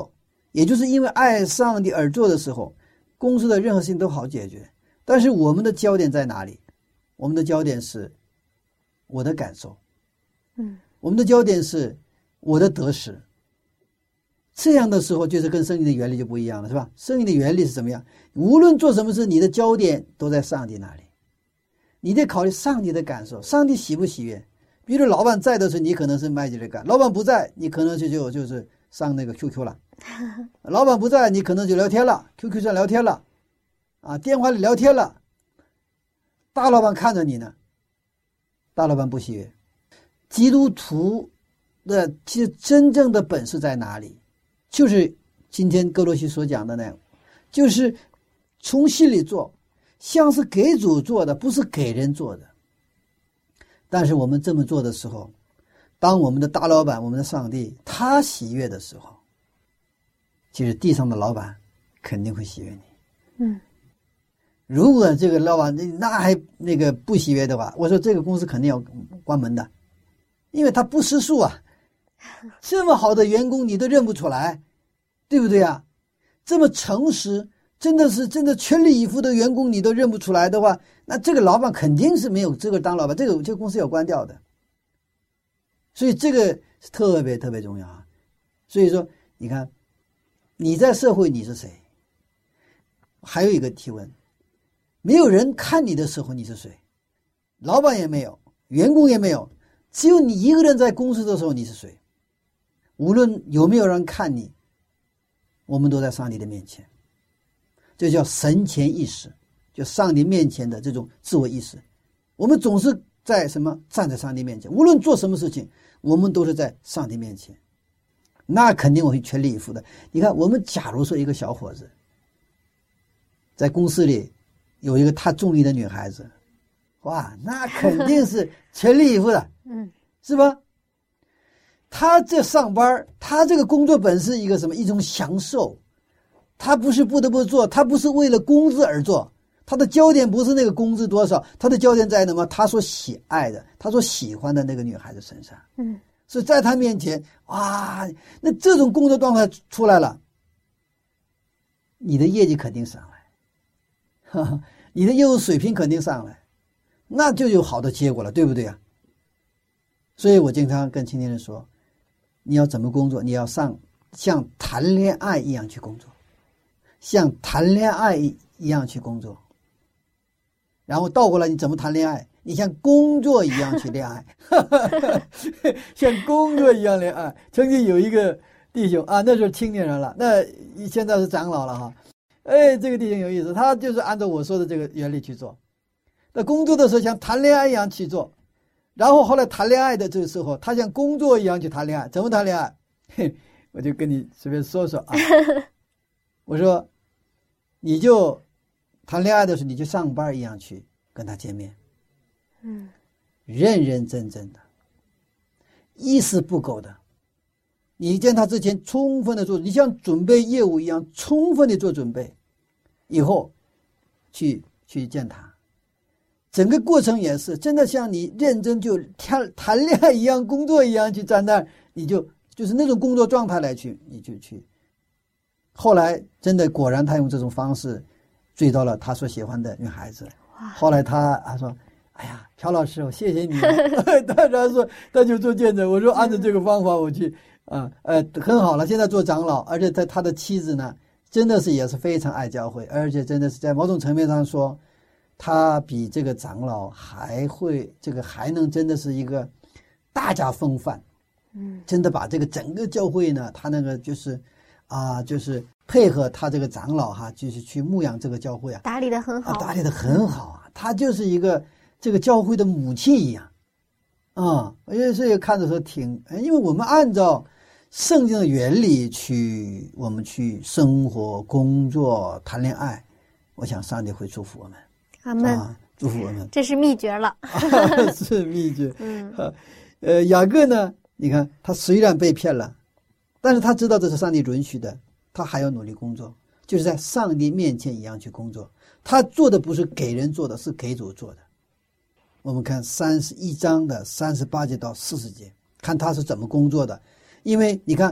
也就是因为爱上帝而做的时候，公司的任何事情都好解决。但是我们的焦点在哪里？我们的焦点是我的感受， 嗯， 我们的焦点是我的得失。这样的时候就是跟圣经的原理就不一样了，是吧？圣经的原理是怎么样？无论做什么事，你的焦点都在上帝那里，你得考虑上帝的感受，上帝喜不喜悦。比如老板在的时候，你可能是麦吉的干；老板不在，你可能就就就是上那个 Q Q 了。老板不在，你可能就聊天了 ，Q Q 上聊天了，啊，电话里聊天了。大老板看着你呢，大老板不喜悦。基督徒的其实真正的本事在哪里？就是今天哥罗西所讲的那样，就是从心里做，像是给主做的，不是给人做的。但是我们这么做的时候，当我们的大老板，我们的上帝他喜悦的时候，其实地上的老板肯定会喜悦你。 嗯， 如果这个老板那还那个不喜悦的话，我说这个公司肯定要关门的，因为他不识数啊。这么好的员工你都认不出来，对不对啊？这么诚实，真的是真的全力以赴的员工你都认不出来的话，那这个老板肯定是没有资格当老板，这个这个公司要关掉的。所以这个是特别特别重要啊。所以说你看你在社会你是谁？还有一个提问，没有人看你的时候你是谁？老板也没有，员工也没有，只有你一个人在公司的时候你是谁？无论有没有人看你，我们都在上帝的面前，这叫神前意识，就上帝面前的这种自我意识。我们总是在什么？站在上帝面前，无论做什么事情，我们都是在上帝面前，那肯定我会全力以赴的。你看，我们假如说一个小伙子在公司里有一个他中意的女孩子，哇，那肯定是全力以赴的， 嗯， 是吧？他这上班，他这个工作本是一个什么？一种享受，他不是不得不做，他不是为了工资而做，他的焦点不是那个工资多少，他的焦点在什么？他所喜爱的，他所喜欢的那个女孩子身上。 嗯， 所以在他面前，哇，那这种工作状态出来了，你的业绩肯定上来，哈哈，你的业务水平肯定上来，那就有好的结果了，对不对啊？所以我经常跟青年人说，你要怎么工作？你要上像谈恋爱一样去工作，像谈恋爱一样去工作。然后倒过来，你怎么谈恋爱？你像工作一样去恋爱，像工作一样恋爱。曾经有一个弟兄啊，那时候青年人了，那现在是长老了哈。哎，这个弟兄有意思，他就是按照我说的这个原理去做。那工作的时候像谈恋爱一样去做。然后后来谈恋爱的这个时候，他像工作一样去谈恋爱。怎么谈恋爱？嘿，我就跟你随便说说啊。我说，你就谈恋爱的时候，你就上班一样去跟他见面， 嗯， 认认真真的，一丝不苟的。你见他之前充分的做，你像准备业务一样充分的做准备，以后去去见他。整个过程也是真的像你认真就谈谈恋爱一样，工作一样去站那儿，你就就是那种工作状态来去，你就去。后来真的果然他用这种方式追到了他所喜欢的女孩子。后来他他说：“哎呀，朴老师，我谢谢你。”他他说他就做见证，我说按照这个方法我去啊，呃，很好了。现在做长老，而且他他的妻子呢，真的是也是非常爱教会，而且真的是在某种层面上说。他比这个长老还会这个还能真的是一个大家风范，嗯，真的把这个整个教会呢，他那个就是啊，就是配合他这个长老哈，就是去牧养这个教会啊， 打理得很好， 啊、打理得很好啊，他就是一个这个教会的母亲一样，啊、嗯，因为所以看的时候挺，因为我们按照圣经的原理去我们去生活、工作、谈恋爱，我想上帝会祝福我们。 阿们、 啊，祝福我们， 这是秘诀了。 是秘诀。 嗯， 呃，雅各呢？你看他虽然被骗了，但是他知道这是上帝允许的，他还要努力工作，就是在上帝面前一样去工作。他做的不是给人做的，是给主做的。我们看三十一章的三十八节到四十节，看他是怎么工作的。因为你看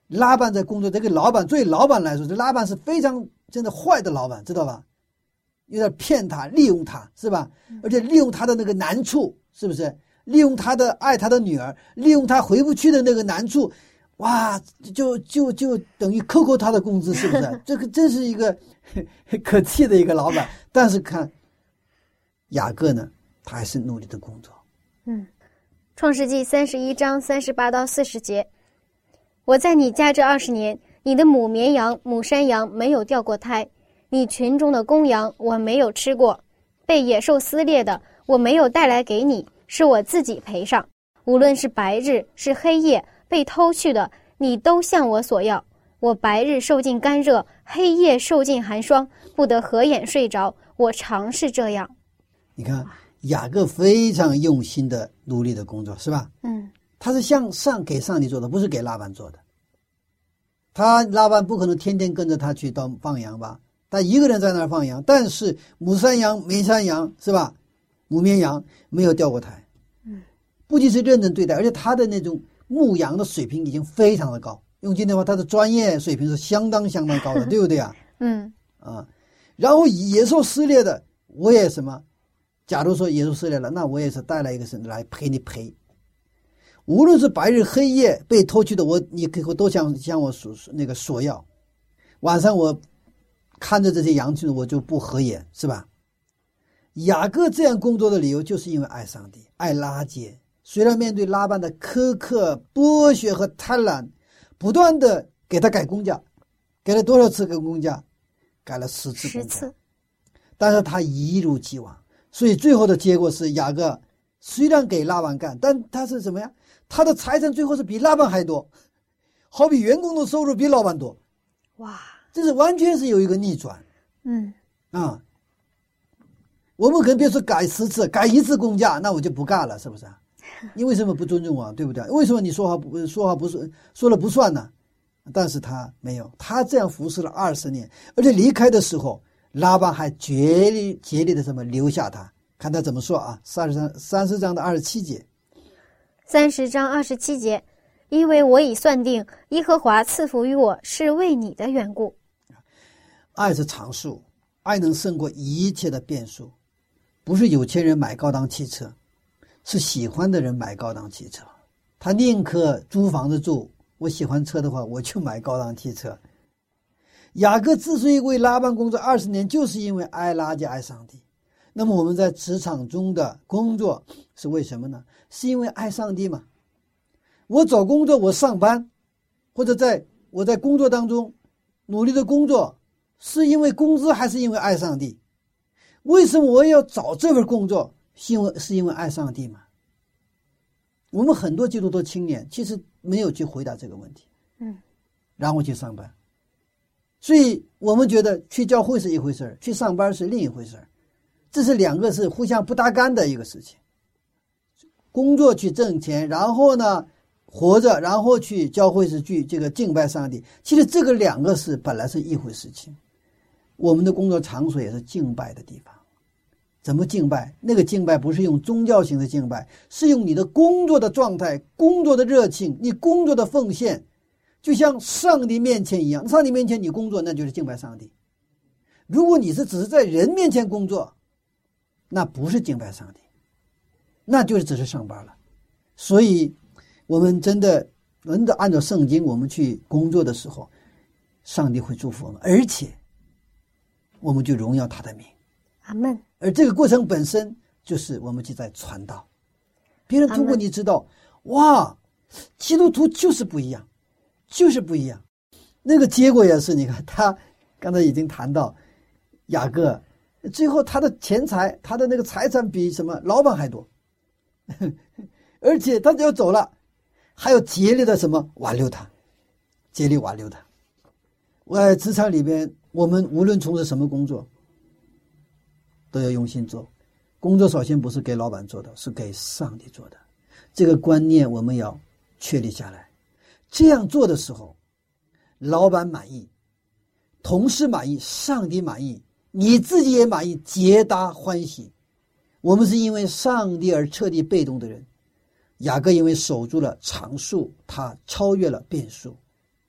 拉班在工作，这个老板对老板来说，这拉班是非常真的坏的老板，知道吧？有点骗他，利用他，是吧？而且利用他的那个难处，是不是？利用他的爱他的女儿，利用他回不去的那个难处，哇，就就就等于扣扣他的工资，是不是？这个真是一个可气的一个老板。但是看雅各呢，他还是努力的工作。 嗯，创世纪三十一章三十八到四十节，我在你家这二十年，你的母绵羊、母山羊没有掉过胎，你群中的公羊我没有吃过，被野兽撕裂的我没有带来给你，是我自己赔上。无论是白日是黑夜，被偷去的你都向我索要。我白日受尽干热，黑夜受尽寒霜，不得合眼睡着，我常是这样。 你看雅各非常用心的努力的工作，是吧？ 嗯， 他是向上给上帝做的，不是给拉班做的。他拉班不可能天天跟着他去到放羊吧，他一个人在那儿放羊，但是母山羊、绵山羊，是吧？母绵羊没有掉过胎。 嗯， 不仅是认真对待，而且他的那种牧羊的水平已经非常的高。用今天的话，他的专业水平是相当相当高的，对不对啊？ 嗯啊，然后野兽撕裂的，我也什么？假如说野兽撕裂了，那我也是带来一个神来陪你赔。无论是白日黑夜被偷去的，我你我都想向我索那个索要。晚上我看着这些羊群，我就不合眼，是吧？雅各这样工作的理由，就是因为爱上帝，爱拉结。虽然面对拉班的苛刻、剥削和贪婪，不断的给他改工价，给了多少次改工价？改了十次工价。十次。但是他一如既往，所以最后的结果是雅各虽然给拉班干，但他是什么呀？他的财产最后是比拉班还多，好比员工的收入比老板多。 哇， 这是完全是有一个逆转。 嗯啊，我们可能别说改十次，改一次工价，那我就不干了，是不是？你为什么不尊重我，对不对？为什么你说话不说话不是说了不算呢？但是他没有，他这样服侍了二十年，而且离开的时候，拉班还竭力竭力的什么留下他。看他怎么说啊？三十章三十章的二十七节， 三十章二十七节，因为我已算定，耶和华赐福于我，是为你的缘故。 爱是常数，爱能胜过一切的变数。不是有钱人买高档汽车，是喜欢的人买高档汽车。他宁可租房子住，我喜欢车的话，我就买高档汽车。雅各之所以为拉班工作二十年，就是因为爱拉结爱上帝。那么我们在职场中的工作是为什么呢？是因为爱上帝嘛。我找工作，我上班，或者在我在工作当中努力的工作，是因为工资还是因为爱上帝？为什么我要找这份工作？是因为是因为爱上帝嘛？我们很多基督徒青年其实没有去回答这个问题， 嗯， 然后去上班。所以我们觉得去教会是一回事，去上班是另一回事，这是两个是互相不搭干的一个事情。工作去挣钱，然后呢活着，然后去教会是去这个敬拜上帝。其实这个两个是本来是一回事情。我们的工作场所也是敬拜的地方。怎么敬拜？那个敬拜不是用宗教型的敬拜，是用你的工作的状态、工作的热情、你工作的奉献，就像上帝面前一样。上帝面前你工作，那就是敬拜上帝。如果你是只是在人面前工作，那不是敬拜上帝，那就是只是上班了。所以我们真的真的按照圣经我们去工作的时候，上帝会祝福我们，而且我们就荣耀他的名。 阿们。 而这个过程本身就是我们就在传道，别人通过你知道，哇，基督徒就是不一样，就是不一样。那个结果也是，你看他刚才已经谈到雅各，最后他的钱财，他的那个财产比什么老板还多，而且他就要走了，还要竭力的什么挽留他，竭力挽留他。我在职场里边，我们无论从事什么工作，都要用心做。工作首先不是给老板做的，是给上帝做的。这个观念我们要确立下来。这样做的时候，老板满意，同事满意，上帝满意，你自己也满意，皆大欢喜。我们是因为上帝而彻底被动的人。雅各因为守住了常数，他超越了变数。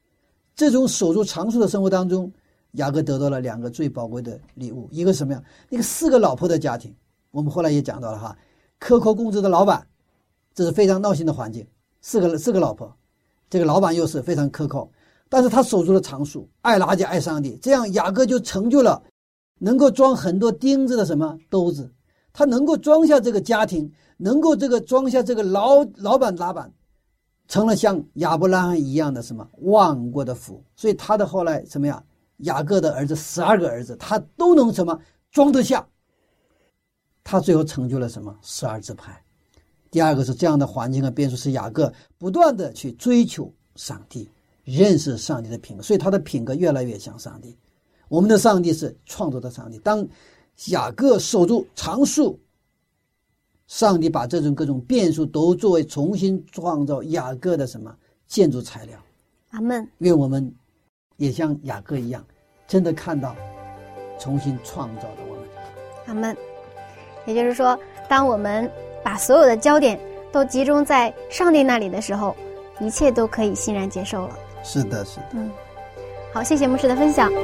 这种守住常数的生活当中，雅各得到了两个最宝贵的礼物，一个什么呀？一个四个老婆的家庭，我们后来也讲到了哈，克扣工资的老板，这是非常闹心的环境，四个四个老婆，这个老板又是非常克扣，但是他守住了常数，爱拉结爱上帝，这样雅各就成就了能够装很多钉子的什么兜子，他能够装下这个家庭，能够这个装下这个老老板拉板，成了像亚伯拉罕一样的什么万国的福。所以他的后来什么呀，雅各的儿子十二个儿子，他都能什么装得下，他最后成就了什么十二支派。第二个是这样的环境和变数，是雅各不断的去追求上帝，认识上帝的品格，所以他的品格越来越像上帝。我们的上帝是创造的上帝，当雅各守住常数，上帝把这种各种变数都作为重新创造雅各的什么建筑材料。 阿们。 愿我们也像雅各一样，真的看到重新创造的我们。 阿们。也就是说，当我们把所有的焦点都集中在上帝那里的时候，一切都可以欣然接受了。 是的，是的。 嗯，好，谢谢牧师的分享。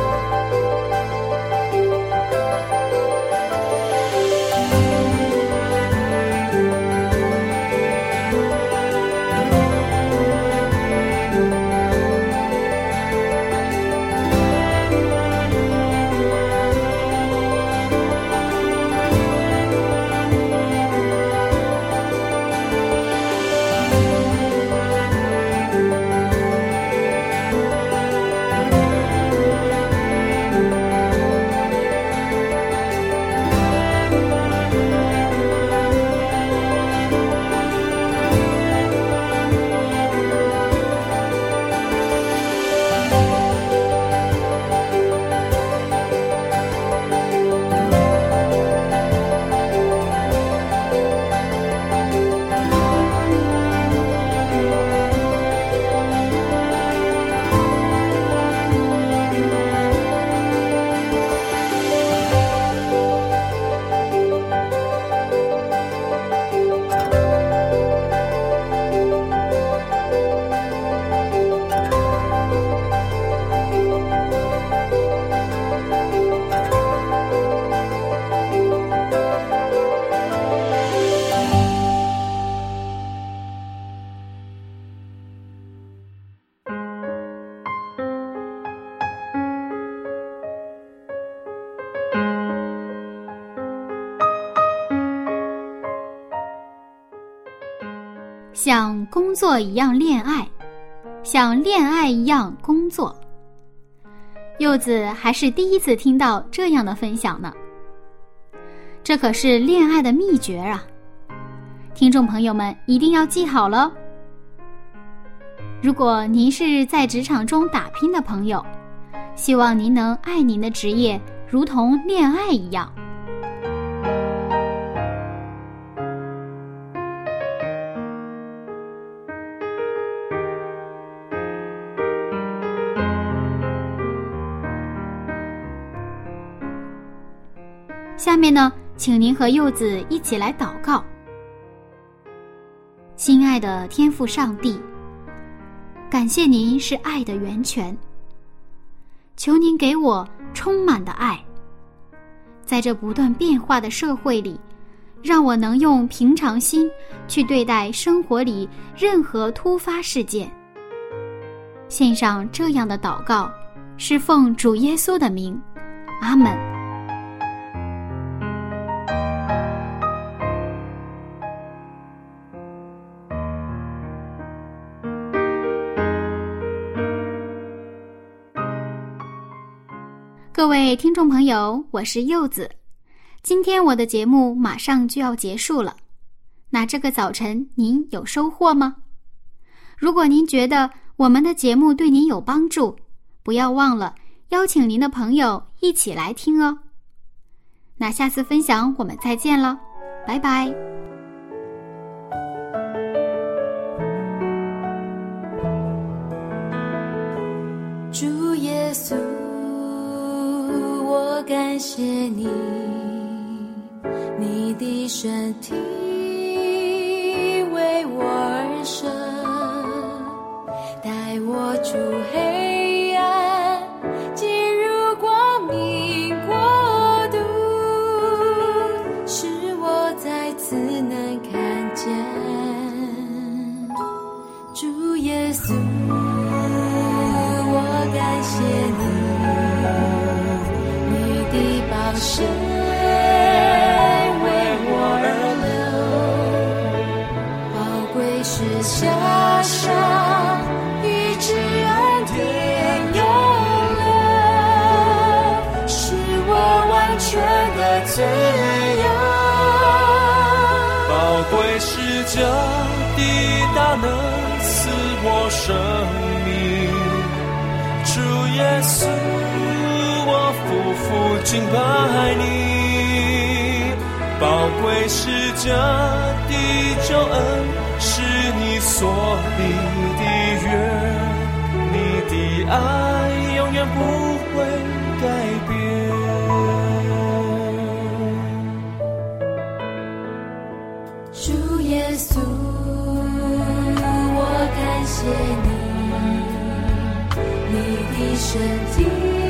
像工作一样恋爱，像恋爱一样工作。柚子还是第一次听到这样的分享呢。这可是恋爱的秘诀啊！听众朋友们一定要记好了。如果您是在职场中打拼的朋友，希望您能爱您的职业如同恋爱一样。下面呢，请您和柚子一起来祷告。亲爱的天父上帝，感谢您是爱的源泉，求您给我充满的爱，在这不断变化的社会里，让我能用平常心去对待生活里任何突发事件。献上这样的祷告，是奉主耶稣的名，阿们。各位听众朋友，我是柚子。今天我的节目马上就要结束了，那这个早晨您有收获吗？如果您觉得我们的节目对您有帮助，不要忘了邀请您的朋友一起来听哦。那下次分享我们再见了，拜拜。 主耶稣，我感谢你，你的身体为我而生，带我出黑暗，进入光明国度，使我再次能看见主耶稣。我感谢你，你的宝血为我而流，宝贵是加上医治恩典永留，使我完全的自由。 宝贵是这的大能赐我生命，主耶稣，我夫妇敬拜你。宝贵是这的救恩，是你所立的约，你的爱永远不会改变。 主耶稣，我感谢你，你的身体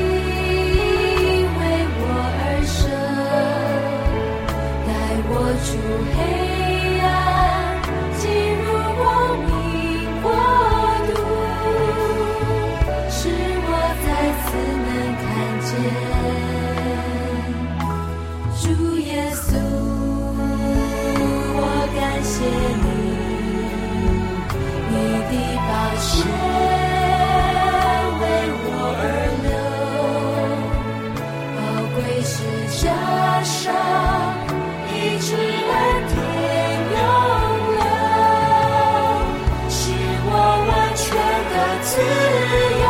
为我而生，带我出黑暗，进入光明国度，使我再次能看见主耶稣。我感谢你，你的宝血为我而流，宝贵是加上医治恩典永留，使我完全的自由。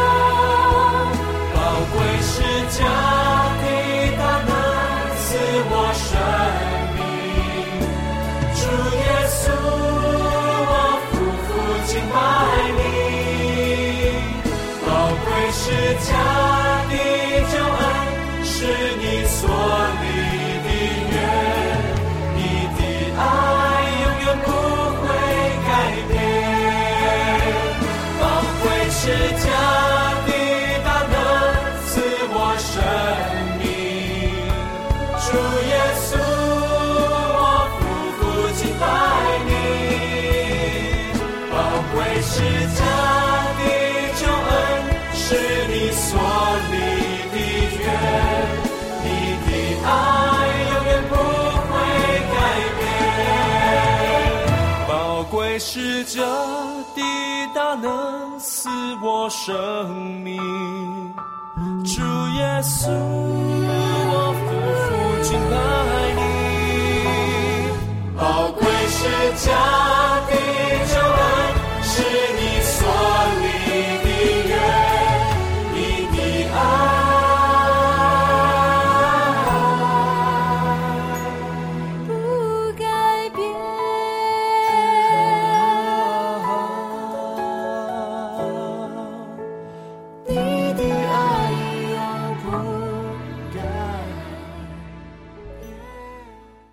宝贵是加的大能赐我生命，主耶稣，我夫妇敬拜你。宝贵是加的救恩，是你所立的约，你的爱永远不会改变。宝贵是加的大能赐我生命，主耶稣，我夫妇敬拜你。宝贵是加的救恩，是你所立的约，你的爱永远不会改变。宝贵是这的大能赐我生命，主耶稣，我夫妇敬拜你。宝贵是加